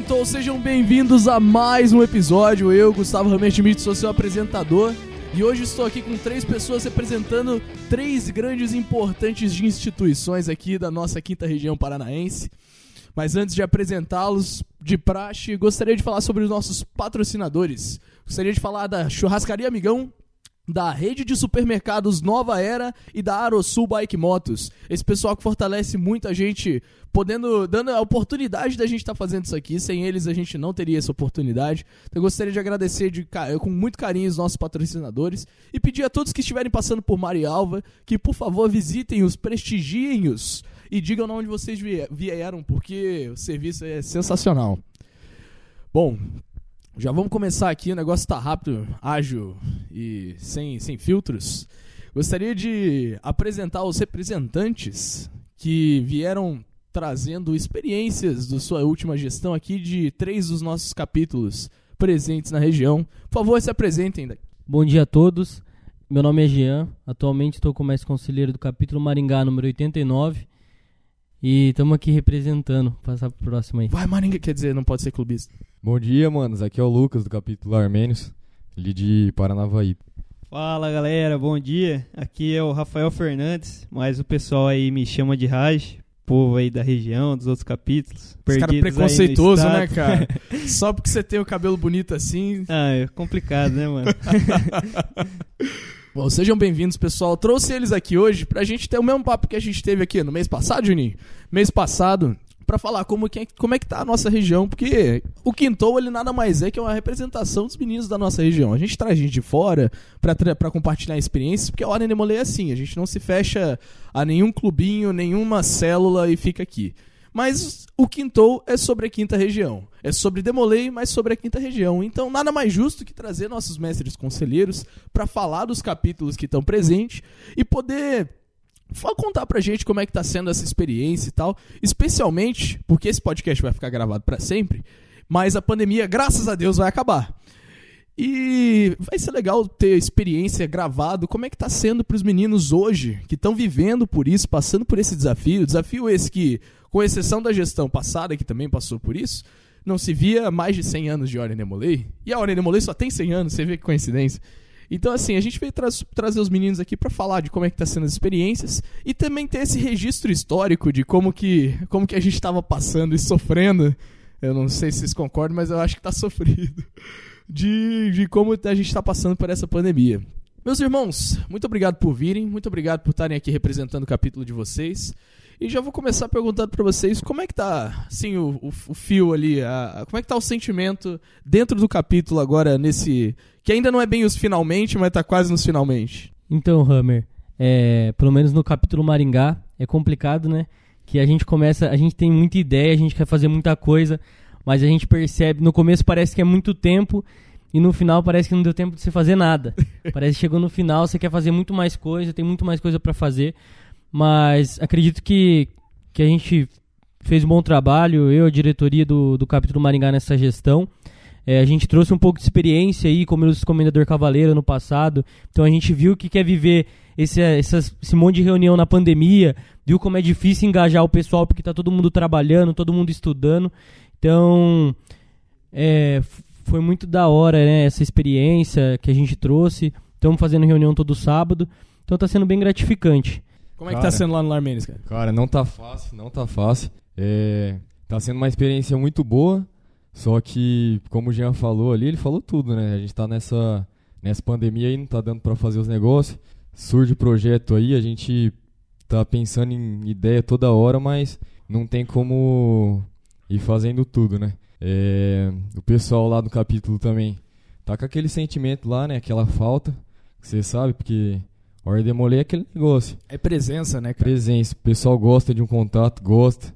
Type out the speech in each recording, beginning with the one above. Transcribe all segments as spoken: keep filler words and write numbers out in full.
Quintou, sejam bem-vindos a mais um episódio. Eu, Gustavo Ramer Schmidt, sou seu apresentador. E hoje estou aqui com três pessoas representando três grandes e importantes de instituições aqui da nossa quinta região paranaense. Mas antes de apresentá-los, de praxe, gostaria de falar sobre os nossos patrocinadores. Gostaria de falar da Churrascaria Amigão, da rede de supermercados Nova Era e da Arosul Bike Motos. Esse pessoal que fortalece muita gente, podendo, dando a oportunidade da gente estar tá fazendo isso aqui. Sem eles a gente não teria essa oportunidade. Então eu gostaria de agradecer de, com muito carinho os nossos patrocinadores e pedir a todos que estiverem passando por Marialva que, por favor, visitem os, prestigiem-os e digam onde vocês vieram, porque o serviço é sensacional. Bom, já vamos começar aqui, o negócio tá rápido, ágil e sem, sem filtros. Gostaria de apresentar os representantes que vieram trazendo experiências da sua última gestão aqui de três dos nossos capítulos presentes na região. Por favor, se apresentem. Bom dia a todos, meu nome é Jean, atualmente estou como mestre conselheiro do capítulo Maringá número oitenta e nove e estamos aqui representando. Vou passar pro próximo aí. Vai Maringá, quer dizer, não pode ser clubista. Bom dia, manos. Aqui é o Lucas, do capítulo Armênios, ali de Paranavaí. Fala, galera. Bom dia. Aqui é o Rafael Fernandes, mas o pessoal aí me chama de Raj, povo aí da região, dos outros capítulos. Esse cara é preconceituoso, né, cara? Só porque você tem o cabelo bonito assim... Ah, é complicado, né, mano? Bom, sejam bem-vindos, pessoal. Trouxe eles aqui hoje pra gente ter o mesmo papo que a gente teve aqui no mês passado, Juninho. Mês passado... para falar como, que é, como é que tá a nossa região, porque o Quintou, ele nada mais é que uma representação dos meninos da nossa região. A gente traz gente de fora pra, pra compartilhar experiências, porque a Ordem Demolei é assim, a gente não se fecha a nenhum clubinho, nenhuma célula e fica aqui. Mas o Quintou é sobre a quinta região, é sobre Demolei, mas sobre a quinta região. Então nada mais justo que trazer nossos mestres conselheiros pra falar dos capítulos que estão presentes e poder... Fala, contar pra gente como é que tá sendo essa experiência e tal, especialmente porque esse podcast vai ficar gravado pra sempre, mas a pandemia, graças a Deus, vai acabar. E vai ser legal ter experiência gravado, como é que tá sendo pros meninos hoje, que estão vivendo por isso, passando por esse desafio, desafio esse que, com exceção da gestão passada, que também passou por isso, não se via há mais de cem anos de Ordem Demolei, e a Ordem Demolei só tem cem anos, você vê que coincidência. Então, assim, a gente veio tra- trazer os meninos aqui para falar de como é que tá sendo as experiências e também ter esse registro histórico de como que, como que a gente estava passando e sofrendo. Eu não sei se vocês concordam, mas eu acho que tá sofrido. De, de como a gente está passando por essa pandemia. Meus irmãos, muito obrigado por virem, muito obrigado por estarem aqui representando o capítulo de vocês. E já vou começar perguntando para vocês como é que tá, assim, o, o, o fio ali, a, a, como é que tá o sentimento dentro do capítulo agora, nesse... Que ainda não é bem os finalmente, mas tá quase nos finalmente. Então, Hammer, é, pelo menos no capítulo Maringá, é complicado, né? Que a gente começa, a gente tem muita ideia, a gente quer fazer muita coisa, mas a gente percebe, no começo parece que é muito tempo, e no final parece que não deu tempo de você fazer nada. Parece que chegou no final, você quer fazer muito mais coisa, tem muito mais coisa para fazer. Mas acredito que, que a gente fez um bom trabalho, eu, a diretoria do, do capítulo Maringá nessa gestão. É, a gente trouxe um pouco de experiência aí, como o Comendador Cavaleiro no passado. Então a gente viu que quer viver esse, essas, esse monte de reunião na pandemia, viu como é difícil engajar o pessoal, porque está todo mundo trabalhando, todo mundo estudando. Então é, foi muito da hora, né, essa experiência que a gente trouxe. Estamos fazendo reunião todo sábado, então está sendo bem gratificante. Como é que cara, tá sendo lá no Armênios, cara? Cara, não tá fácil, não tá fácil. É, tá sendo uma experiência muito boa, só que, como o Jean falou ali, ele falou tudo, né? A gente tá nessa, nessa pandemia aí, não tá dando pra fazer os negócios. Surge projeto aí, a gente tá pensando em ideia toda hora, mas não tem como ir fazendo tudo, né? É, o pessoal lá do capítulo também tá com aquele sentimento lá, né? Aquela falta, que você sabe, porque... Ordem Demolei é aquele negócio. É presença, né, cara? Presença. O pessoal gosta de um contato, gosta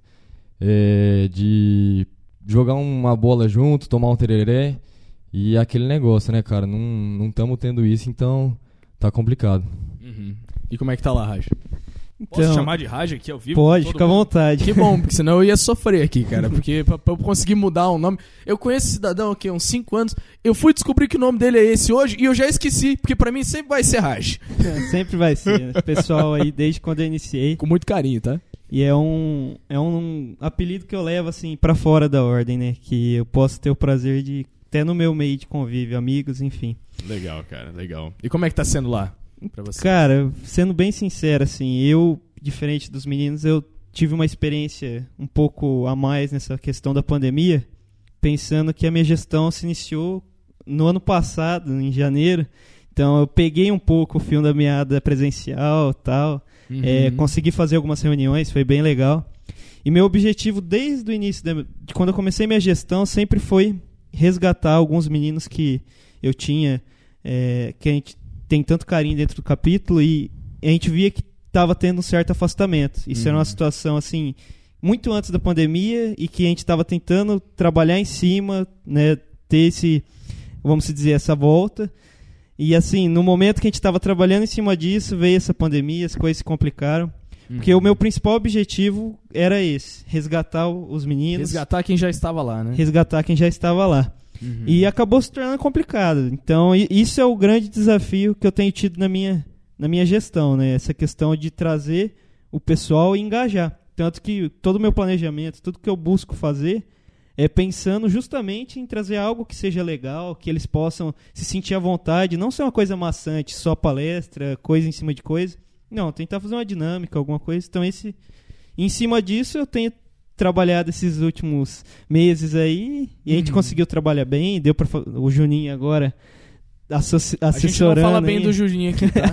é, de jogar uma bola junto, tomar um tereré. E é aquele negócio, né, cara? Não estamos tendo isso, então tá complicado. Uhum. E como é que tá lá, Raj? Então, Posso chamar de Raj aqui ao vivo? Pode, fica à vontade. Que bom, porque senão eu ia sofrer aqui, cara. Porque pra, pra eu conseguir mudar o nome... Eu conheço esse cidadão aqui há uns cinco anos. Eu fui descobrir que o nome dele é esse hoje e eu já esqueci, porque pra mim sempre vai ser Raj. É, sempre vai ser, né? Pessoal aí, desde quando eu iniciei. Com muito carinho, tá? E é um, é um apelido que eu levo, assim, pra fora da ordem, né? Que eu posso ter o prazer de, até no meu meio de convívio, amigos, enfim. Legal, cara, legal. E como é que tá sendo lá pra você? Cara, sendo bem sincero, assim, eu, diferente dos meninos, eu tive uma experiência um pouco a mais nessa questão da pandemia, pensando que a minha gestão se iniciou no ano passado, em janeiro. Então eu peguei um pouco o fio da meada presencial e tal, uhum. é, consegui fazer algumas reuniões, foi bem legal. E meu objetivo desde o início, de, de quando eu comecei minha gestão, sempre foi resgatar alguns meninos que eu tinha, é, que a gente tem tanto carinho dentro do capítulo, e a gente via que estava tendo um certo afastamento. Isso uhum. era uma situação assim, muito antes da pandemia, e que a gente estava tentando trabalhar em cima, né, ter esse, vamos dizer, essa volta. E assim, no momento que a gente estava trabalhando em cima disso, veio essa pandemia, as coisas se complicaram. Uhum. Porque o meu principal objetivo era esse, resgatar os meninos. Resgatar quem já estava lá, né? Resgatar quem já estava lá. Uhum. E acabou se tornando complicado. Então, isso é o grande desafio que eu tenho tido na minha, na minha gestão, né? Essa questão de trazer o pessoal e engajar. Tanto que todo o meu planejamento, tudo que eu busco fazer, é pensando justamente em trazer algo que seja legal, que eles possam se sentir à vontade, não ser uma coisa maçante, só palestra, coisa em cima de coisa. Não, tentar fazer uma dinâmica, alguma coisa. Então, esse, em cima disso, eu tenho trabalhado esses últimos meses aí, e a gente uhum. conseguiu trabalhar bem, deu para o Juninho agora associ, assessorando. A gente não fala bem aí. do Juninho aqui, tá?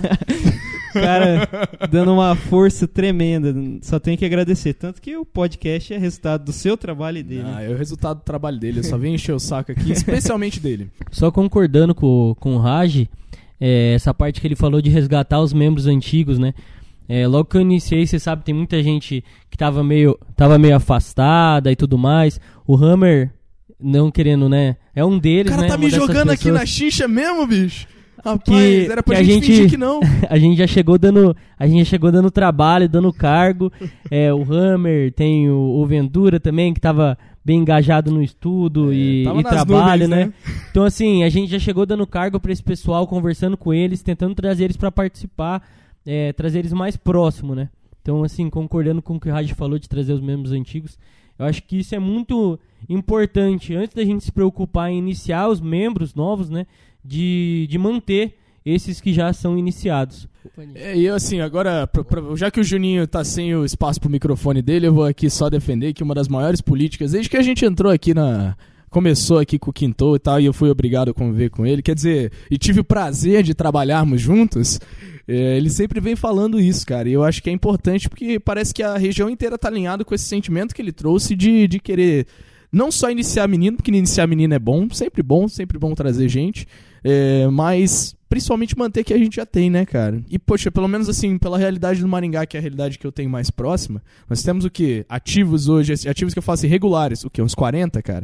Cara, dando uma força tremenda, só tenho que agradecer. Tanto que o podcast é resultado do seu trabalho e dele. Ah, é o resultado do trabalho dele, eu só vim encher o saco aqui, especialmente dele. Só concordando com, com o Raj, é, essa parte que ele falou de resgatar os membros antigos, né? É, logo que eu iniciei, você sabe, tem muita gente que tava meio, tava meio afastada e tudo mais. O Hammer, não querendo, né? É um deles, né? O cara tá né? me jogando aqui na xixa mesmo, bicho? Rapaz, que, era pra que gente, a gente fingir que não. A gente já chegou dando, a gente já chegou dando trabalho, dando cargo. É, o Hammer, tem o, o Ventura também, que tava bem engajado no estudo é, e, e trabalho, nuvens, né? né? Então, assim, a gente já chegou dando cargo pra esse pessoal, conversando com eles, tentando trazer eles pra participar. É, trazer eles mais próximo, né? Então, assim, concordando com o que o Raj falou de trazer os membros antigos, eu acho que isso é muito importante, antes da gente se preocupar em iniciar os membros novos, né? De, de manter esses que já são iniciados. É, e eu, assim, agora, pra, pra, já que o Juninho tá sem o espaço pro microfone dele, eu vou aqui só defender que uma das maiores políticas, desde que a gente entrou aqui na... Começou aqui com o Quintou e tal, e eu fui obrigado a conviver com ele. Quer dizer, e tive o prazer de trabalharmos juntos. É, ele sempre vem falando isso, cara. E eu acho que é importante porque parece que a região inteira tá alinhada com esse sentimento que ele trouxe de, de querer não só iniciar menino, porque iniciar menino é bom, sempre bom, sempre bom trazer gente. É, mas principalmente manter o que a gente já tem, né, cara? E, poxa, pelo menos assim, pela realidade do Maringá, que é a realidade que eu tenho mais próxima, nós temos o quê? Ativos hoje, ativos que eu falo assim, regulares, o quê? Uns quarenta, cara?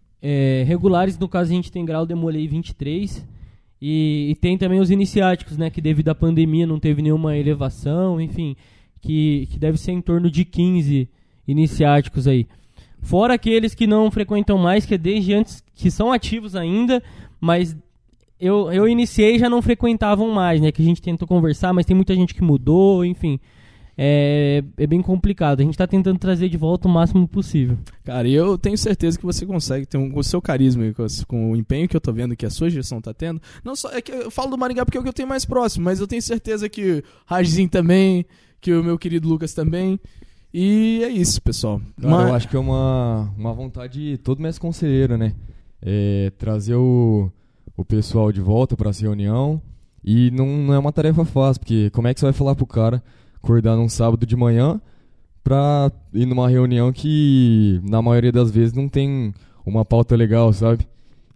É, regulares, no caso, a gente tem grau Demolei vinte e três e, e tem também os iniciáticos, né, que devido à pandemia não teve nenhuma elevação, enfim, que, que deve ser em torno de quinze iniciáticos aí. Fora aqueles que não frequentam mais, que é desde antes, que são ativos ainda, mas eu, eu iniciei e já não frequentavam mais, né, que a gente tentou conversar, mas tem muita gente que mudou, enfim... É, é bem complicado. A gente tá tentando trazer de volta o máximo possível. Cara, e eu tenho certeza que você consegue ter um, com o seu carisma, com, com o empenho que eu tô vendo que a sua gestão tá tendo. Não só, é que eu falo do Maringá porque é o que eu tenho mais próximo, mas eu tenho certeza que o Rajzinho também, que o meu querido Lucas também. E é isso, pessoal. Cara, mas... eu acho que é uma, uma vontade de todo mestre conselheiro, né? É, trazer o, o pessoal de volta pra essa reunião. E não, não é uma tarefa fácil, porque como é que você vai falar pro cara acordar num sábado de manhã pra ir numa reunião que na maioria das vezes não tem uma pauta legal, sabe?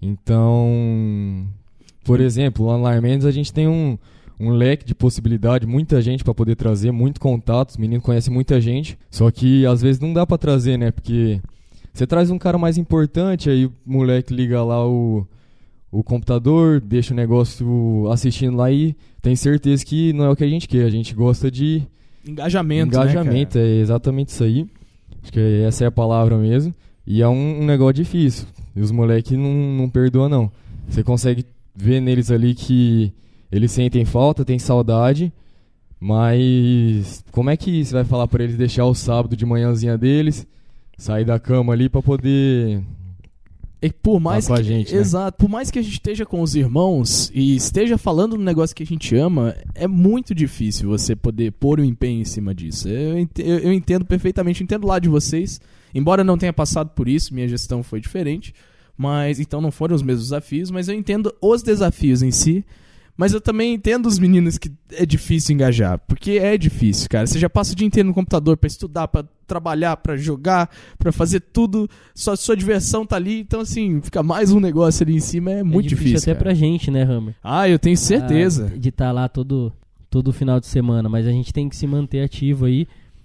Então, por exemplo, lá no Lar Mendes a gente tem um, um leque de possibilidade, muita gente pra poder trazer, muito contatos, o menino conhece muita gente, só que às vezes não dá pra trazer, né? Porque você traz um cara mais importante, aí o moleque liga lá o, o computador, deixa o negócio assistindo lá e tem certeza que não é o que a gente quer, a gente gosta de... Engajamento, Engajamento, né, é exatamente isso aí. Acho que essa é a palavra mesmo. E é um, um negócio difícil. E os moleques não, não perdoam, não. Você consegue ver neles ali que eles sentem falta, tem saudade, Mas como é que você vai falar pra eles deixar o sábado de manhãzinha deles, sair da cama ali pra poder... E por mais Tá com que, a gente, né? exato, por mais que a gente esteja com os irmãos e esteja falando no negócio que a gente ama, é muito difícil você poder pôr o empenho em cima disso. Eu, ent- eu, eu entendo perfeitamente, entendo lá de vocês, embora não tenha passado por isso, minha gestão foi diferente, mas então não foram os mesmos desafios, mas eu entendo os desafios em si. Mas eu também entendo os meninos que é difícil engajar, porque é difícil, cara. Você já passa o dia inteiro no computador pra estudar, pra trabalhar, pra jogar, pra fazer tudo, sua, sua diversão tá ali, então assim, fica mais um negócio ali em cima, é muito é difícil, até cara. pra gente, né, Hammer? Ah, eu tenho certeza. Ah, de estar lá todo, todo final de semana, mas a gente tem que se manter ativo aí,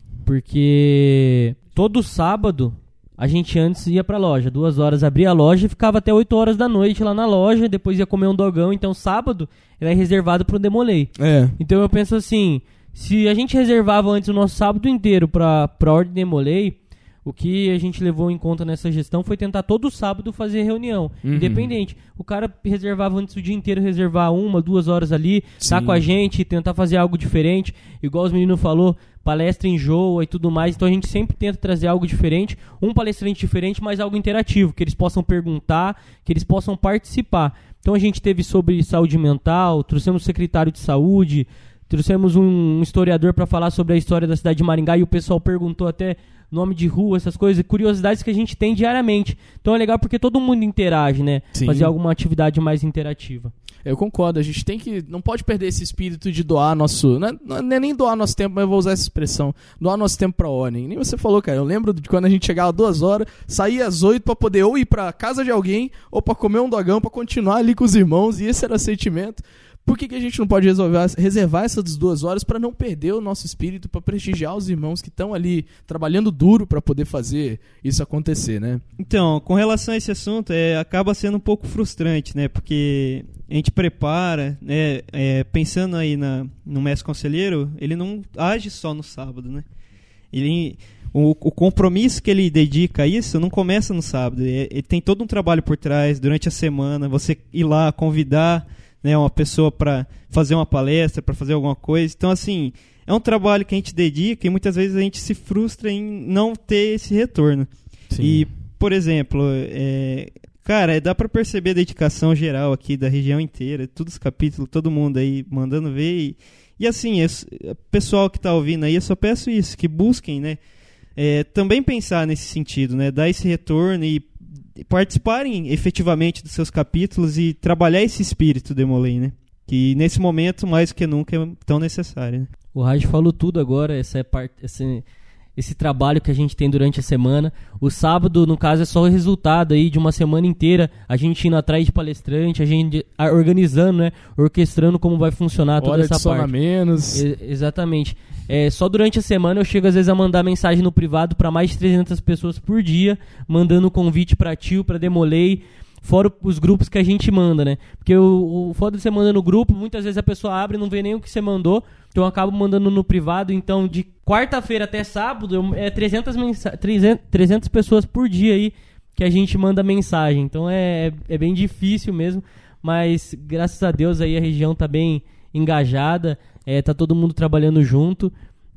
porque todo sábado a gente antes ia pra loja, duas horas abria a loja e ficava até oito horas da noite lá na loja, depois ia comer um dogão, então sábado ele é reservado pro Demolei. É. Então eu penso assim, se a gente reservava antes o nosso sábado inteiro pra, pra ordem Demolei, o que a gente levou em conta nessa gestão foi tentar todo sábado fazer reunião, Uhum. independente. O cara reservava antes o dia inteiro, reservar uma, duas horas ali, tá Sim. com a gente, tentar fazer algo diferente, igual os meninos falou, palestra enjoa e tudo mais, então a gente sempre tenta trazer algo diferente, um palestrante diferente, mas algo interativo, que eles possam perguntar, que eles possam participar. Então a gente teve sobre saúde mental, trouxemos o secretário de saúde, trouxemos um historiador para falar sobre a história da cidade de Maringá e o pessoal perguntou até nome de rua, essas coisas, curiosidades que a gente tem diariamente. Então é legal porque todo mundo interage, né? Sim. Fazer alguma atividade mais interativa. Eu concordo, a gente tem que, não pode perder esse espírito de doar nosso, não é, não é nem doar nosso tempo, mas eu vou usar essa expressão, doar nosso tempo pra ordem. Nem você falou, cara, eu lembro de quando a gente chegava duas horas, saía às oito pra poder ou ir pra casa de alguém, ou pra comer um dogão, pra continuar ali com os irmãos, e esse era o sentimento. Por que, que a gente não pode resolver, reservar essas duas horas pra não perder o nosso espírito, pra prestigiar os irmãos que estão ali trabalhando duro pra poder fazer isso acontecer, né? Então, com relação a esse assunto, é, acaba sendo um pouco frustrante, né? Porque a gente prepara, né? É, pensando aí na, no mestre conselheiro, ele não age só no sábado, né? Ele, o, o compromisso que ele dedica a isso não começa no sábado. Ele, ele tem todo um trabalho por trás, durante a semana, você ir lá, convidar, né, uma pessoa para fazer uma palestra, para fazer alguma coisa. Então, assim, é um trabalho que a gente dedica e muitas vezes a gente se frustra em não ter esse retorno. Sim. E, por exemplo, é, cara, dá para perceber a dedicação geral aqui da região inteira, todos os capítulos, todo mundo aí mandando ver. E, e assim, eu, pessoal que tá ouvindo aí, eu só peço isso, que busquem, né, é, também pensar nesse sentido, né, dar esse retorno e participarem efetivamente dos seus capítulos e trabalhar esse espírito Demolei, né? Que nesse momento, mais que nunca, é tão necessário, né? O Raj falou tudo agora, essa é parte, esse, esse trabalho que a gente tem durante a semana. O sábado, no caso, é só o resultado aí de uma semana inteira, a gente indo atrás de palestrante, a gente organizando, né? Orquestrando como vai funcionar toda Hora essa de sono a parte. menos. E- exatamente. É, só durante a semana eu chego às vezes a mandar mensagem no privado para mais de trezentas pessoas por dia, mandando convite para tio, para Demolei, fora os grupos que a gente manda, né? Porque o, o foda de você manda no grupo, muitas vezes a pessoa abre e não vê nem o que você mandou, então eu acabo mandando no privado. Então de quarta-feira até sábado eu- é trezentas, mensa- trezentas, trezentas pessoas por dia aí que a gente manda mensagem. Então é, é bem difícil mesmo, mas graças a Deus aí a região tá bem engajada, é, tá todo mundo trabalhando junto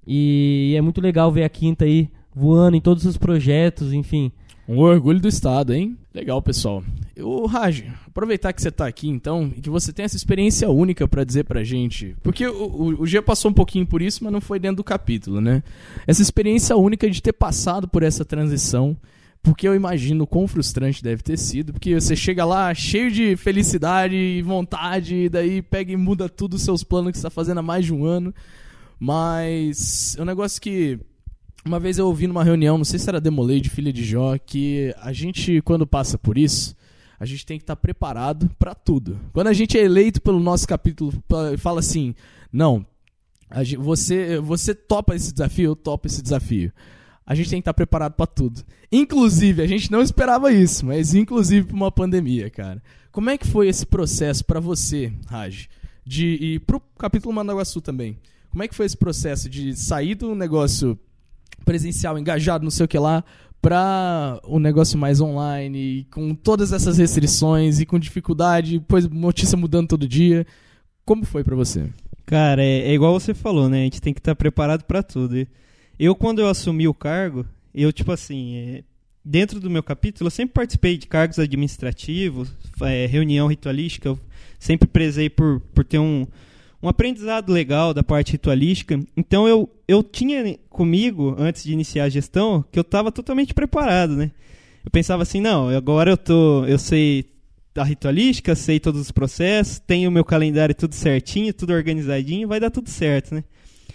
e é muito legal ver a Quinta aí voando em todos os projetos, enfim. Um orgulho do estado, hein? Legal, pessoal. O Raj, aproveitar que você tá aqui, então, e que você tem essa experiência única pra dizer pra gente. Porque o, o, o G passou um pouquinho por isso, mas não foi dentro do capítulo, né? Essa experiência única de ter passado por essa transição, porque eu imagino o quão frustrante deve ter sido, porque você chega lá cheio de felicidade e vontade, e daí pega e muda tudo os seus planos que você tá fazendo há mais de um ano. Mas é um negócio que uma vez eu ouvi numa reunião, não sei se era Demolei de Filha de Jó, que a gente, quando passa por isso, a gente tem que estar preparado pra tudo. Quando a gente é eleito pelo nosso capítulo, fala assim, não, a gente, você, você topa esse desafio, eu topo esse desafio. A gente tem que estar preparado pra tudo. Inclusive, a gente não esperava isso, mas inclusive pra uma pandemia, cara. Como é que foi esse processo pra você, Raj? De, e pro capítulo Mandaguaçu também. Como é que foi esse processo de sair do negócio presencial, engajado, não sei o que lá, pra um negócio mais online, e com todas essas restrições e com dificuldade, depois notícia mudando todo dia? Como foi pra você? Cara, é, é igual você falou, né? A gente tem que estar preparado para tudo. Eu, quando eu assumi o cargo, eu, tipo assim, é, dentro do meu capítulo, eu sempre participei de cargos administrativos, é, reunião ritualística, eu sempre prezei por, por ter um, um aprendizado legal da parte ritualística. Então, eu, eu tinha comigo, antes de iniciar a gestão, que eu estava totalmente preparado, né? Eu pensava assim, não, agora eu, tô, eu sei a ritualística, sei todos os processos, tenho o meu calendário tudo certinho, tudo organizadinho, vai dar tudo certo, né?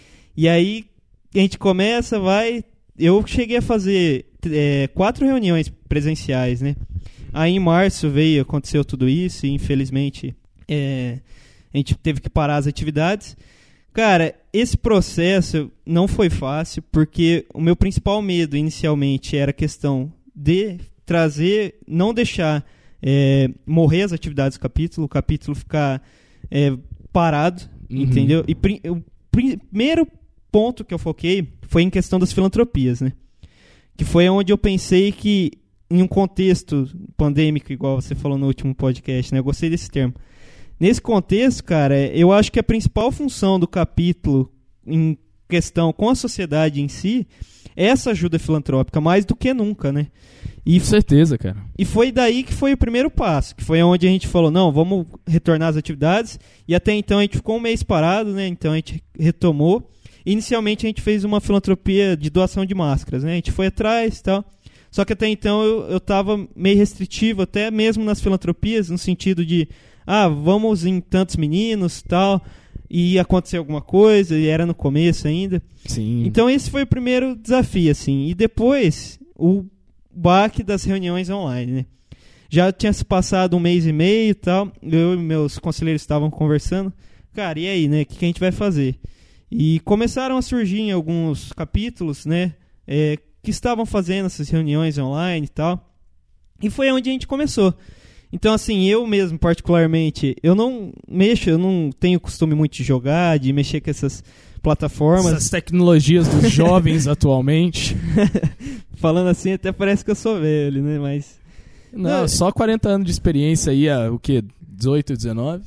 E aí, a gente começa, vai... Eu cheguei a fazer é, quatro reuniões presenciais, né? Aí, em março, veio, aconteceu tudo isso, e infelizmente, é, a gente teve que parar as atividades. Cara, esse processo não foi fácil, porque o meu principal medo, inicialmente, era a questão de trazer, não deixar é, morrer as atividades do capítulo, o capítulo ficar é, parado, uhum. Entendeu? E pri- o primeiro ponto que eu foquei foi em questão das filantropias, né? Que foi onde eu pensei que, em um contexto pandêmico, igual você falou no último podcast, né? Eu gostei desse termo. Nesse contexto, cara, eu acho que a principal função do capítulo em questão com a sociedade em si é essa ajuda filantrópica, mais do que nunca, né? E com certeza, cara. E foi daí que foi o primeiro passo, que foi onde a gente falou, não, vamos retornar às atividades, e até então a gente ficou um mês parado, né? Então a gente retomou. Inicialmente a gente fez uma filantropia de doação de máscaras, né? A gente foi atrás e tal. Só que até então eu estava meio restritivo, até mesmo nas filantropias, no sentido de, ah, vamos em tantos meninos e tal, e acontecer alguma coisa, e era no começo ainda. Sim. Então esse foi o primeiro desafio, assim. E depois, o baque das reuniões online, né? Já tinha se passado um mês e meio e tal, eu e meus conselheiros estavam conversando. Cara, e aí, né? O que, que a gente vai fazer? E começaram a surgir alguns capítulos, né, é, que estavam fazendo essas reuniões online e tal. E foi onde a gente começou. Então, assim, eu mesmo, particularmente, eu não mexo, eu não tenho costume muito de jogar, de mexer com essas plataformas. Essas tecnologias dos jovens atualmente. Falando assim, até parece que eu sou velho, né, mas... Não, não, só quarenta anos de experiência aí, o quê? dezoito, dezenove?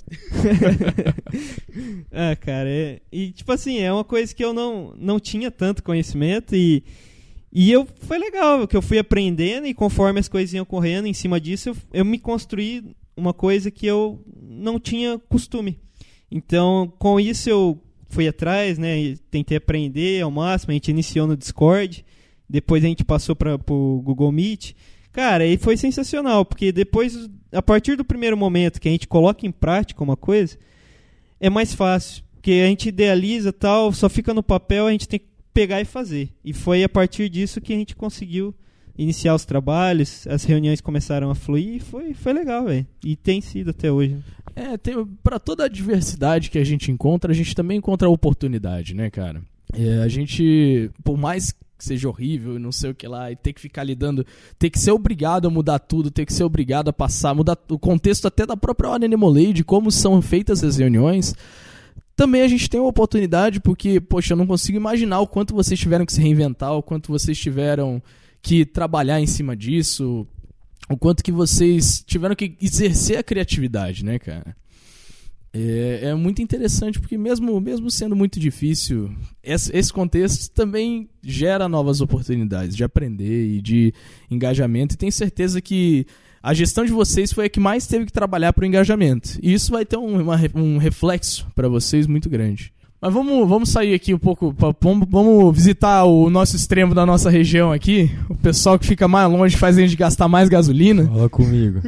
Ah, cara, é... E tipo assim, é uma coisa que eu não, não tinha tanto conhecimento e, e eu, foi legal, que eu fui aprendendo e conforme as coisas iam correndo, em cima disso, eu, eu me construí uma coisa que eu não tinha costume. Então, com isso eu fui atrás, né, e tentei aprender ao máximo, a gente iniciou no Discord, depois a gente passou para o Google Meet. Cara, e foi sensacional, porque depois, a partir do primeiro momento que a gente coloca em prática uma coisa, é mais fácil, porque a gente idealiza tal, só fica no papel, a gente tem que pegar e fazer. E foi a partir disso que a gente conseguiu iniciar os trabalhos, as reuniões começaram a fluir e foi, foi legal, velho. E tem sido até hoje. É, tem, pra toda a diversidade que a gente encontra, a gente também encontra a oportunidade, né, cara? É, a gente, por mais que seja horrível e não sei o que lá, e ter que ficar lidando, ter que ser obrigado a mudar tudo, ter que ser obrigado a passar, mudar o contexto até da própria Ordem Animolei, de como são feitas as reuniões, também a gente tem uma oportunidade, porque, poxa, eu não consigo imaginar o quanto vocês tiveram que se reinventar, o quanto vocês tiveram que trabalhar em cima disso, o quanto que vocês tiveram que exercer a criatividade, né, cara? É, é muito interessante, porque mesmo, mesmo sendo muito difícil, esse, esse contexto também gera novas oportunidades de aprender e de engajamento, e tenho certeza que a gestão de vocês foi a que mais teve que trabalhar para o engajamento, e isso vai ter um, uma, um reflexo para vocês muito grande. Mas vamos, vamos sair aqui um pouco, vamos, vamos visitar o nosso extremo da nossa região aqui, o pessoal que fica mais longe faz a gente gastar mais gasolina. Fala comigo.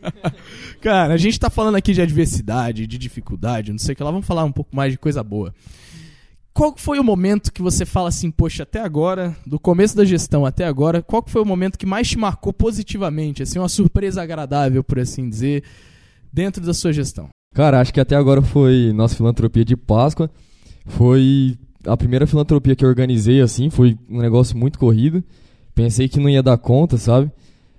Cara, a gente tá falando aqui de adversidade, de dificuldade, não sei o que lá, vamos falar um pouco mais de coisa boa. Qual foi o momento que você fala assim, poxa, até agora, do começo da gestão até agora, qual foi o momento que mais te marcou positivamente, assim, uma surpresa agradável, por assim dizer, dentro da sua gestão? Cara, acho que até agora foi nossa filantropia de Páscoa. Foi a primeira filantropia que eu organizei, assim, foi um negócio muito corrido. Pensei que não ia dar conta, sabe?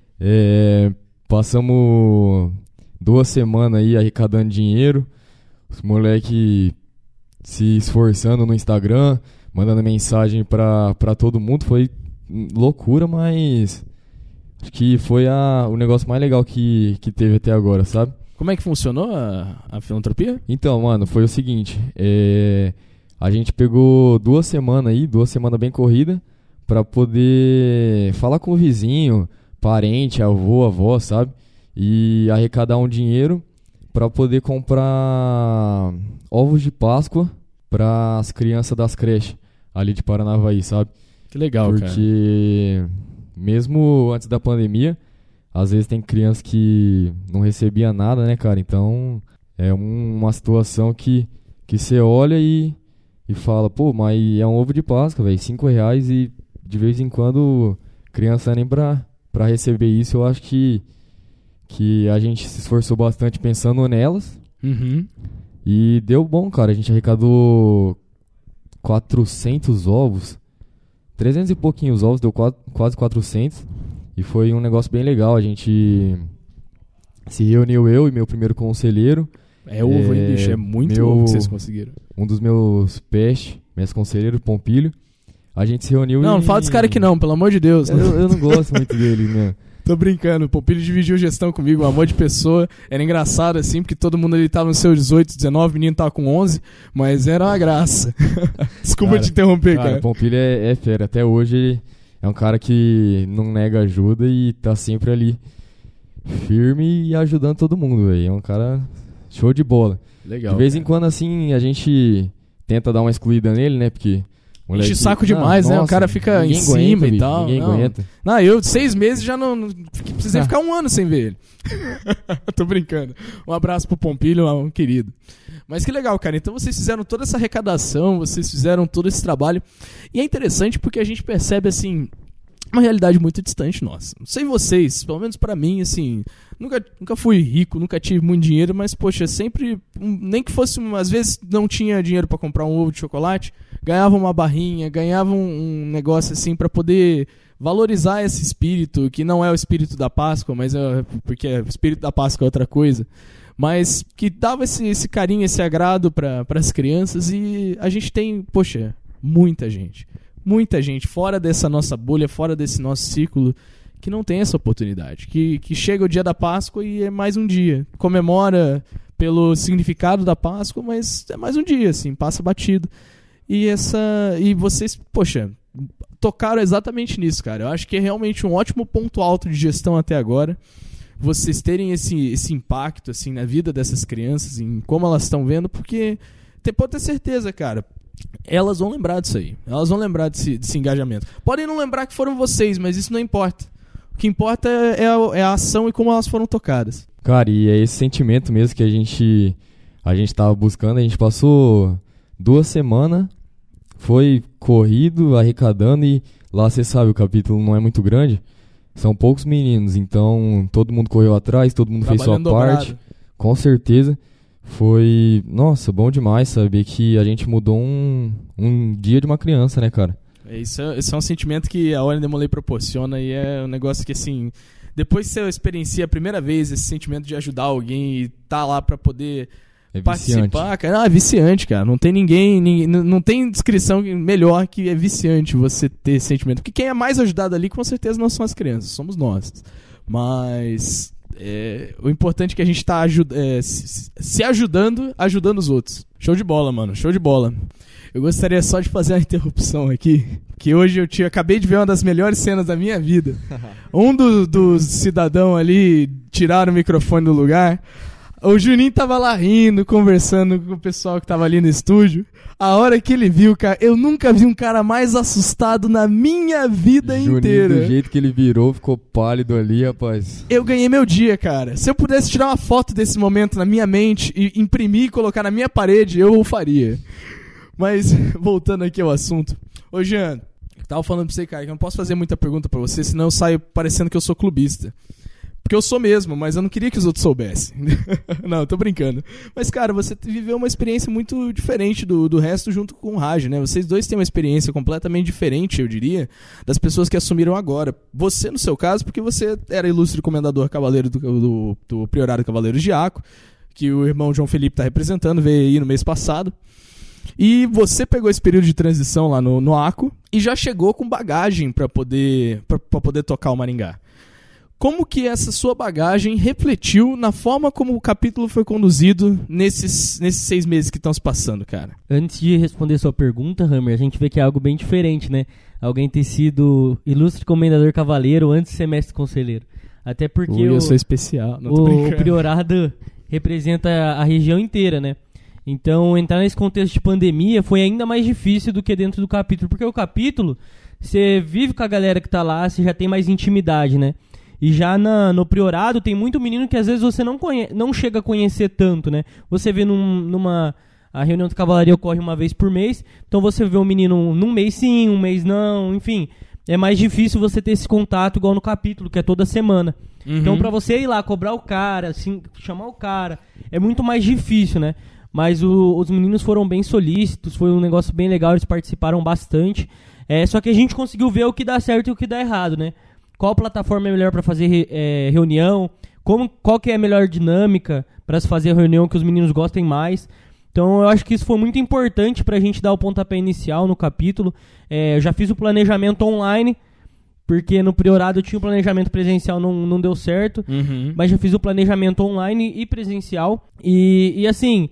É, passamos duas semanas aí arrecadando dinheiro. Os moleques se esforçando no Instagram, mandando mensagem pra, pra todo mundo. Foi loucura, mas acho que foi a, o negócio mais legal que, que teve até agora, sabe? Como é que funcionou a, a filantropia? Então, mano, foi o seguinte, é, a gente pegou duas semanas aí, duas semanas bem corridas, pra poder falar com o vizinho, parente, avô, avó, sabe? E arrecadar um dinheiro pra poder comprar ovos de Páscoa para as crianças das creches ali de Paranavaí, sabe? Que legal, Porque cara. Porque mesmo antes da pandemia, às vezes tem criança que não recebia nada, né, cara? Então é um, uma situação que que você olha e, e fala, pô, mas é um ovo de Páscoa, velho, cinco reais e de vez em quando criança nem pra, pra receber isso. Eu acho que, que a gente se esforçou bastante pensando nelas. Uhum. E deu bom, cara. A gente arrecadou quatrocentos ovos. trezentos e pouquinhos ovos, deu quase quatrocentos. E foi um negócio bem legal. A gente se reuniu, eu e meu primeiro conselheiro. É ovo, hein, É, bicho? É muito meu- ovo que vocês conseguiram. Um dos meus peixes, meus conselheiros, Pompilho. A gente se reuniu Não, e... não fala desse cara aqui não, pelo amor de Deus. Eu, eu não gosto muito dele, né? Tô brincando, o Pompilho dividiu gestão comigo, um amor de pessoa. Era engraçado assim, porque todo mundo ali tava nos seus dezoito, dezenove, o menino tava com onze, mas era uma graça. Desculpa Cara, te interromper, Cara, cara. o Pompilho é, é fera. Até hoje ele é um cara que não nega ajuda e tá sempre ali firme e ajudando todo mundo, velho. É um cara show de bola. Legal. De vez em cara. quando, assim, a gente tenta dar uma excluída nele, né? Porque... Enche o saco demais, né? O cara fica em ninguém cima aguenta, e bicho, tal. Ninguém Não. aguenta. Não, eu seis meses já não, não precisei ficar um ano sem ver ele. Tô brincando. Um abraço pro Pompilho, um querido. Mas que legal, cara. Então vocês fizeram toda essa arrecadação, vocês fizeram todo esse trabalho. E é interessante porque a gente percebe, assim, uma realidade muito distante nossa. Não sei vocês, pelo menos pra mim, assim, nunca, nunca fui rico, nunca tive muito dinheiro, mas, poxa, sempre, um, nem que fosse, um, às vezes não tinha dinheiro pra comprar um ovo de chocolate, ganhava uma barrinha, ganhava um, um negócio assim pra poder valorizar esse espírito, que não é o espírito da Páscoa, mas é, porque o espírito da Páscoa é outra coisa, mas que dava esse, esse carinho, esse agrado para as crianças. E a gente tem, poxa, muita gente, muita gente fora dessa nossa bolha, fora desse nosso círculo, que não tem essa oportunidade, que, que chega o dia da Páscoa e é mais um dia, comemora pelo significado da Páscoa, mas é mais um dia, assim, passa batido. E essa e vocês, poxa, tocaram exatamente nisso, cara. Eu acho que é realmente um ótimo ponto alto de gestão até agora. Vocês terem esse, esse impacto assim na vida dessas crianças, em como elas estão vendo, porque tem, pode ter certeza, cara, elas vão lembrar disso aí. Elas vão lembrar desse, desse engajamento. Podem não lembrar que foram vocês, mas isso não importa. O que importa é a, é a ação e como elas foram tocadas. Cara, e é esse sentimento mesmo que a gente a gente tava buscando. A gente passou duas semanas, foi corrido, arrecadando, e lá você sabe, o capítulo não é muito grande, são poucos meninos, então todo mundo correu atrás, todo mundo fez sua parte, com certeza. Foi, nossa, bom demais saber que a gente mudou um, um dia de uma criança, né, cara? Isso é, isso é um sentimento que a Ordem Demolei proporciona, e é um negócio que, assim, depois que você experiencia a primeira vez esse sentimento de ajudar alguém e tá lá pra poder É participar, viciante. cara, não, é viciante, cara. Não tem ninguém, ninguém não, não tem descrição melhor que é viciante você ter esse sentimento. Porque quem é mais ajudado ali, com certeza, não são as crianças, somos nós. Mas é, o importante é que a gente tá ajuda, é, se, se ajudando, ajudando os outros. Show de bola, mano, show de bola. Eu gostaria só de fazer uma interrupção aqui, que hoje eu tinha, acabei de ver uma das melhores cenas da minha vida. Um do- dos cidadãos ali tiraram o microfone do lugar. O Juninho tava lá rindo, conversando com o pessoal que tava ali no estúdio. A hora que ele viu, cara, eu nunca vi um cara mais assustado na minha vida Juninho, inteira. do jeito que ele virou, ficou pálido ali, rapaz. Eu ganhei meu dia, cara. Se eu pudesse tirar uma foto desse momento na minha mente e imprimir e colocar na minha parede, eu o faria. Mas, voltando aqui ao assunto. Ô, Jean, eu tava falando pra você, cara, que eu não posso fazer muita pergunta pra você, senão eu saio parecendo que eu sou clubista. Porque eu sou mesmo, mas eu não queria que os outros soubessem. Não, eu tô brincando. Mas, cara, você viveu uma experiência muito diferente do, do resto junto com o Raj, né? Vocês dois têm uma experiência completamente diferente, eu diria, das pessoas que assumiram agora. Você, no seu caso, porque você era ilustre comendador cavaleiro do, do, do Priorado Cavaleiros de Aco, que o irmão João Felipe tá representando, veio aí no mês passado. E você pegou esse período de transição lá no, no Aco e já chegou com bagagem pra poder, pra, pra poder tocar o Maringá. como que essa sua bagagem refletiu na forma como o capítulo foi conduzido nesses, nesses seis meses que estão se passando, cara? Antes de responder sua pergunta, Hammer, a gente vê que é algo bem diferente, né? Alguém ter sido ilustre comendador cavaleiro antes de ser mestre conselheiro. Até porque Ui, o, eu sou especial, não tô o brincando. priorado representa a região inteira, né? Então, entrar nesse contexto de pandemia foi ainda mais difícil do que dentro do capítulo, porque o capítulo, você vive com a galera que tá lá, você já tem mais intimidade, né? E já na, no priorado tem muito menino que às vezes você não, conhe- não chega a conhecer tanto, né? Você vê num, numa... A reunião de cavalaria ocorre uma vez por mês, então você vê um menino num mês sim, um mês não, enfim. É mais difícil você ter esse contato igual no capítulo, que é toda semana. Uhum. Então pra você ir lá, cobrar o cara, assim, chamar o cara, é muito mais difícil, né? Mas o, os meninos foram bem solícitos, foi um negócio bem legal, eles participaram bastante. É, só que a gente conseguiu ver o que dá certo e o que dá errado, né? Qual plataforma é melhor para fazer é, reunião, como, qual que é a melhor dinâmica para se fazer a reunião que os meninos gostem mais. Então eu acho que isso foi muito importante para a gente dar o pontapé inicial no capítulo. É, eu já fiz o planejamento online, porque no priorado eu tinha o planejamento presencial, não, não deu certo, Uhum. mas já fiz o planejamento online e presencial. E, e assim,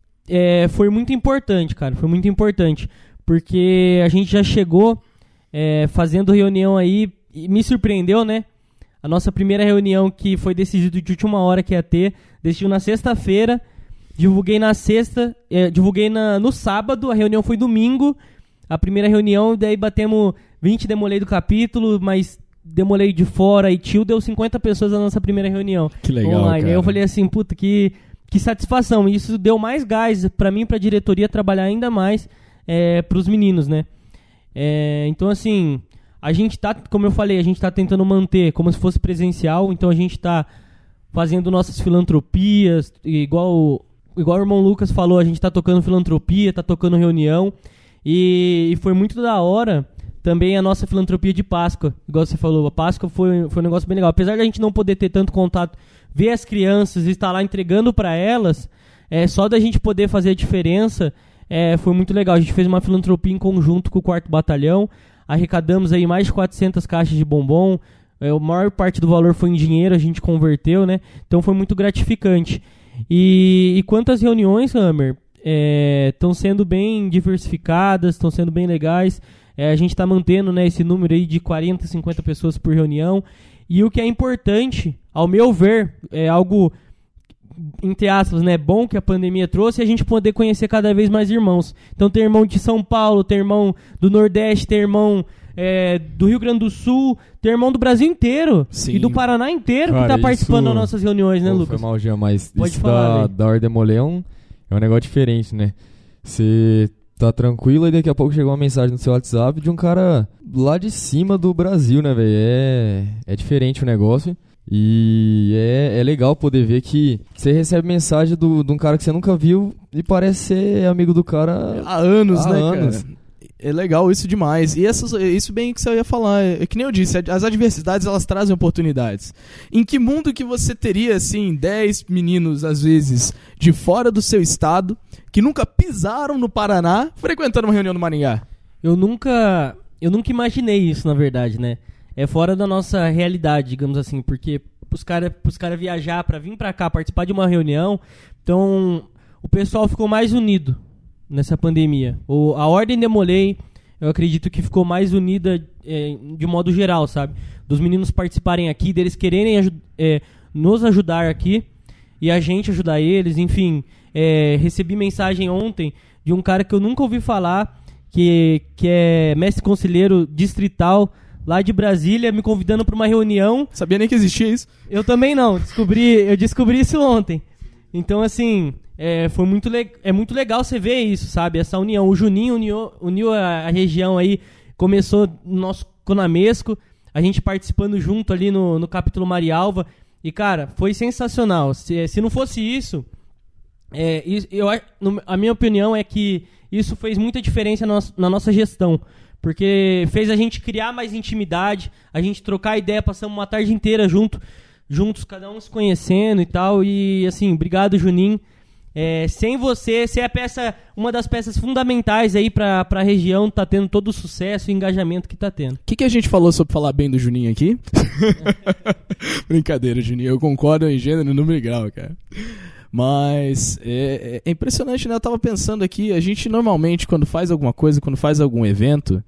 é, foi muito importante, cara, foi muito importante, porque a gente já chegou é, fazendo reunião aí. E me surpreendeu, né? A nossa primeira reunião, que foi decidido de última hora que ia ter, decidiu na sexta-feira, divulguei na sexta, eh, divulguei na, no sábado, a reunião foi domingo, a primeira reunião, daí batemos vinte demolei do capítulo, mas demolei de fora e tio, deu cinquenta pessoas na nossa primeira reunião. Que legal, online. cara. Aí eu falei assim, puta, que, que satisfação. E isso deu mais gás pra mim, pra diretoria, trabalhar ainda mais é, pros meninos, né? É, então, assim... A gente tá, como eu falei, a gente tá tentando manter como se fosse presencial, então a gente tá fazendo nossas filantropias, igual, igual o irmão Lucas falou, a gente tá tocando filantropia, tá tocando reunião, e, e foi muito da hora também a nossa filantropia de Páscoa, igual você falou, a Páscoa foi, foi um negócio bem legal, apesar de a gente não poder ter tanto contato, ver as crianças e estar lá entregando para elas, é, só da gente poder fazer a diferença, é, foi muito legal. A gente fez uma filantropia em conjunto com o quarto Batalhão, arrecadamos aí mais de quatrocentas caixas de bombom, é, a maior parte do valor foi em dinheiro, a gente converteu, né? Então foi muito gratificante. E, e quanto às reuniões, Hammer, estão é, sendo bem diversificadas, estão sendo bem legais. É, a gente está mantendo, né, esse número aí de quarenta, cinquenta pessoas por reunião. E o que é importante, ao meu ver, é algo, entre aspas, né, bom que a pandemia trouxe, é a gente poder conhecer cada vez mais irmãos. Então tem irmão de São Paulo, tem irmão do Nordeste, tem irmão é, do Rio Grande do Sul, tem irmão do Brasil inteiro. Sim. E do Paraná inteiro. Cara, que tá participando isso- das nossas reuniões, né, Pô, Lucas? Foi mal, Jean, mas Pode isso falar, da, velho. da Ordem Demolê é um, é um negócio diferente, né? Você tá tranquilo e daqui a pouco chegou uma mensagem no seu WhatsApp de um cara lá de cima do Brasil, né, velho? É, é diferente o negócio. E é, é legal poder ver que você recebe mensagem do, de um cara que você nunca viu e parece ser amigo do cara Há anos, há né, anos. cara? É legal isso demais. E essas, isso bem que você ia falar. É que nem eu disse, as adversidades, elas trazem oportunidades. Em que mundo que você teria, assim, dez meninos, às vezes, de fora do seu estado, que nunca pisaram no Paraná, frequentando uma reunião no Maringá? Eu nunca, eu nunca imaginei isso, na verdade, né? É fora da nossa realidade, digamos assim, porque os caras os cara viajar pra vir pra cá participar de uma reunião, então o pessoal ficou mais unido nessa pandemia. O, a Ordem Demolei, eu acredito que ficou mais unida é, de modo geral, sabe? Dos meninos participarem aqui, deles quererem aju- é, nos ajudar aqui e a gente ajudar eles, enfim. É, recebi mensagem ontem de um cara que eu nunca ouvi falar, que, que é mestre conselheiro distrital lá de Brasília, me convidando para uma reunião. Sabia nem que existia isso. Eu também não, descobri, eu descobri isso ontem. Então, assim, é, foi muito le- é muito legal você ver isso, sabe? Essa união. O Juninho uniu, uniu a, a região aí, começou no nosso Conamesco, a gente participando junto ali no, no capítulo Marialva. E, cara, foi sensacional. Se, se não fosse isso, é, isso eu, a- no- a minha opinião é que isso fez muita diferença na, nossa- na nossa gestão. Porque fez a gente criar mais intimidade, a gente trocar ideia, passamos uma tarde inteira junto, juntos, cada um se conhecendo e tal. E assim, obrigado, Juninho. É, sem você, você é a peça, uma das peças fundamentais aí pra, pra região, tá tendo todo o sucesso e engajamento que tá tendo. O que, que a gente falou sobre falar bem do Juninho aqui? Brincadeira, Juninho. Eu concordo em gênero, número e grau, cara. Mas é, é impressionante, né? Eu tava pensando aqui, a gente normalmente, quando faz alguma coisa, quando faz algum evento,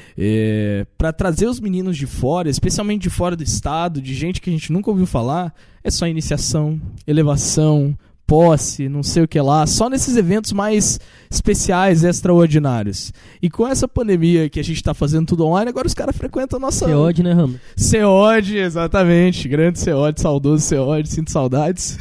é, para trazer os meninos de fora, especialmente de fora do estado, de gente que a gente nunca ouviu falar, é só iniciação, elevação, posse, não sei o que lá, só nesses eventos mais especiais, extraordinários. E com essa pandemia que a gente tá fazendo tudo online, agora os caras frequentam a nossa... C O D, né, Ramos? C O D, exatamente, grande C O D, saudoso C O D, sinto saudades.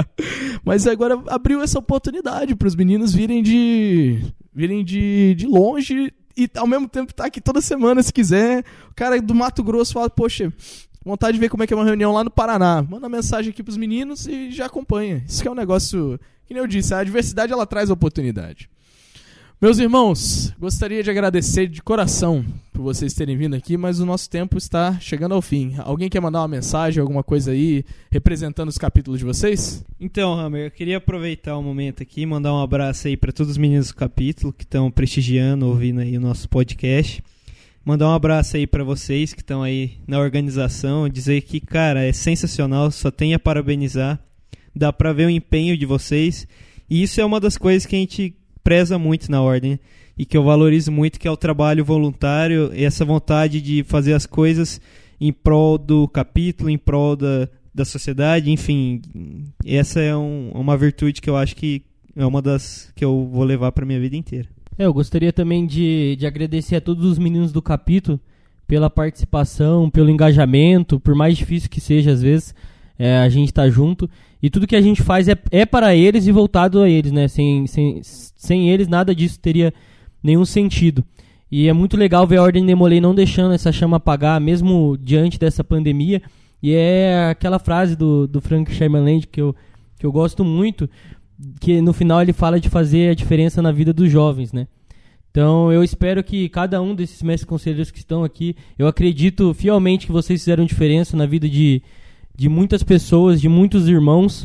Mas agora abriu essa oportunidade para os meninos virem de virem de, de longe e ao mesmo tempo tá aqui toda semana se quiser. O cara do Mato Grosso fala, poxa, vontade de ver como é que é uma reunião lá no Paraná. Manda mensagem aqui pros meninos e já acompanha. Isso que é um negócio, que nem eu disse, a diversidade ela traz oportunidade. Meus irmãos, gostaria de agradecer de coração por vocês terem vindo aqui, mas o nosso tempo está chegando ao fim. Alguém quer mandar uma mensagem, alguma coisa aí, representando os capítulos de vocês? Então, Hammer, eu queria aproveitar o momento aqui e mandar um abraço aí para todos os meninos do capítulo que estão prestigiando, ouvindo aí o nosso podcast. Mandar um abraço aí para vocês que estão aí na organização, dizer que, cara, é sensacional, só tenho a parabenizar, dá para ver o empenho de vocês, e isso é uma das coisas que a gente preza muito na ordem, e que eu valorizo muito, que é o trabalho voluntário, e essa vontade de fazer as coisas em prol do capítulo, em prol da, da sociedade, enfim, essa é um, uma virtude que eu acho que é uma das que eu vou levar para minha vida inteira. É, eu gostaria também de, de agradecer a todos os meninos do capítulo pela participação, pelo engajamento, por mais difícil que seja às vezes, é, a gente tá junto. E tudo que a gente faz é, é para eles e voltado a eles, né? Sem, sem, sem eles nada disso teria nenhum sentido. E é muito legal ver a Ordem Demolei não deixando essa chama apagar, mesmo diante dessa pandemia. E é aquela frase do, do Frank Sherman que eu, que eu gosto muito, que no final ele fala de fazer a diferença na vida dos jovens, né? Então eu espero que cada um desses mestres conselheiros que estão aqui, eu acredito fielmente que vocês fizeram diferença na vida de, de muitas pessoas, de muitos irmãos,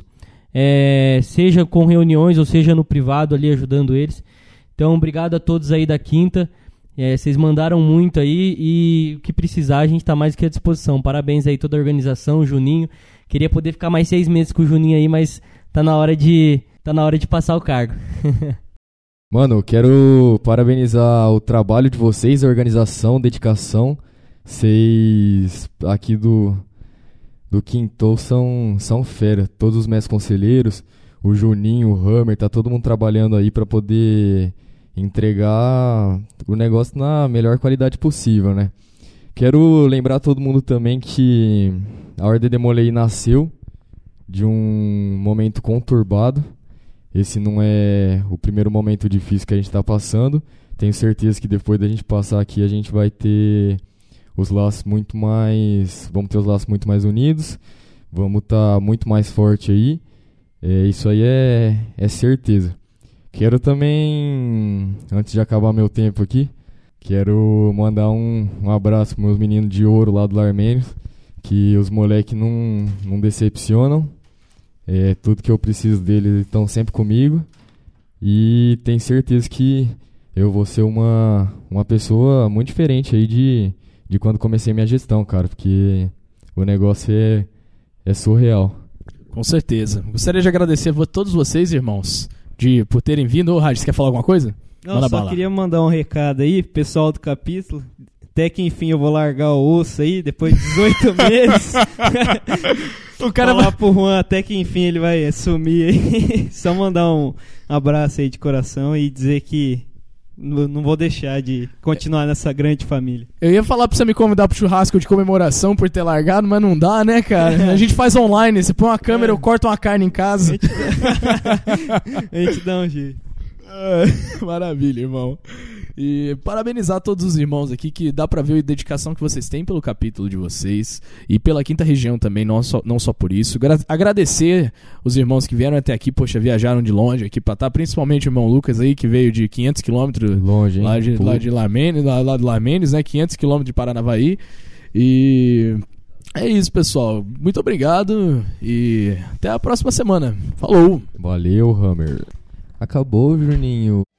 é, seja com reuniões ou seja no privado ali ajudando eles. Então obrigado a todos aí da quinta, é, vocês mandaram muito aí e o que precisar a gente está mais que à disposição. Parabéns aí toda a organização, o Juninho, queria poder ficar mais seis meses com o Juninho aí, mas tá na hora de... Tá na hora de passar o cargo. Mano, eu quero parabenizar o trabalho de vocês, a organização, dedicação. Vocês aqui do, do Quintou são, são fera. Todos os mestres conselheiros, o Juninho, o Hammer, tá todo mundo trabalhando aí pra poder entregar o negócio na melhor qualidade possível, né? Quero lembrar todo mundo também que a Ordem Demolei nasceu de um momento conturbado. Esse não é o primeiro momento difícil que a gente está passando. Tenho certeza que depois da gente passar aqui, a gente vai ter os laços muito mais... Vamos ter os laços muito mais unidos. Vamos estar tá muito mais forte aí. É, isso aí é, é certeza. Quero também, antes de acabar meu tempo aqui, quero mandar um, um abraço para meus meninos de ouro lá do Larmênios, que os moleques não, não decepcionam. É, tudo que eu preciso deles estão sempre comigo. E tenho certeza que eu vou ser uma, uma pessoa muito diferente aí de, de quando comecei minha gestão, cara. Porque o negócio é, é surreal. Com certeza. Gostaria de agradecer a todos vocês, irmãos, de, por terem vindo. Ô, Rádio, você quer falar alguma coisa? Não, Manda só bala. Queria mandar um recado aí, pessoal do capítulo. Até que enfim eu vou largar o osso aí, depois de dezoito meses. O cara falar vai... pro Juan até que enfim ele vai sumir aí. Só mandar um abraço aí de coração e dizer que n- não vou deixar de continuar nessa grande família. Eu ia falar pra você me convidar pro churrasco de comemoração por ter largado, mas não dá, né, cara? A gente faz online, você põe uma câmera, É. eu corto uma carne em A casa. gente, a gente dá um jeito. Maravilha, irmão. E parabenizar todos os irmãos aqui, que dá pra ver a dedicação que vocês têm pelo capítulo de vocês e pela quinta região também, não só, não só por isso. Gra- agradecer os irmãos que vieram até aqui, poxa, viajaram de longe aqui pra estar, principalmente o irmão Lucas aí, que veio de quinhentos quilômetros Longe, hein? lá de, lá de Larmênios, lá, lá de Larmênios, né, quinhentos quilômetros de Paranavaí. E É isso, pessoal. Muito obrigado e até a próxima semana. Falou! Valeu, Hammer. Acabou, Juninho.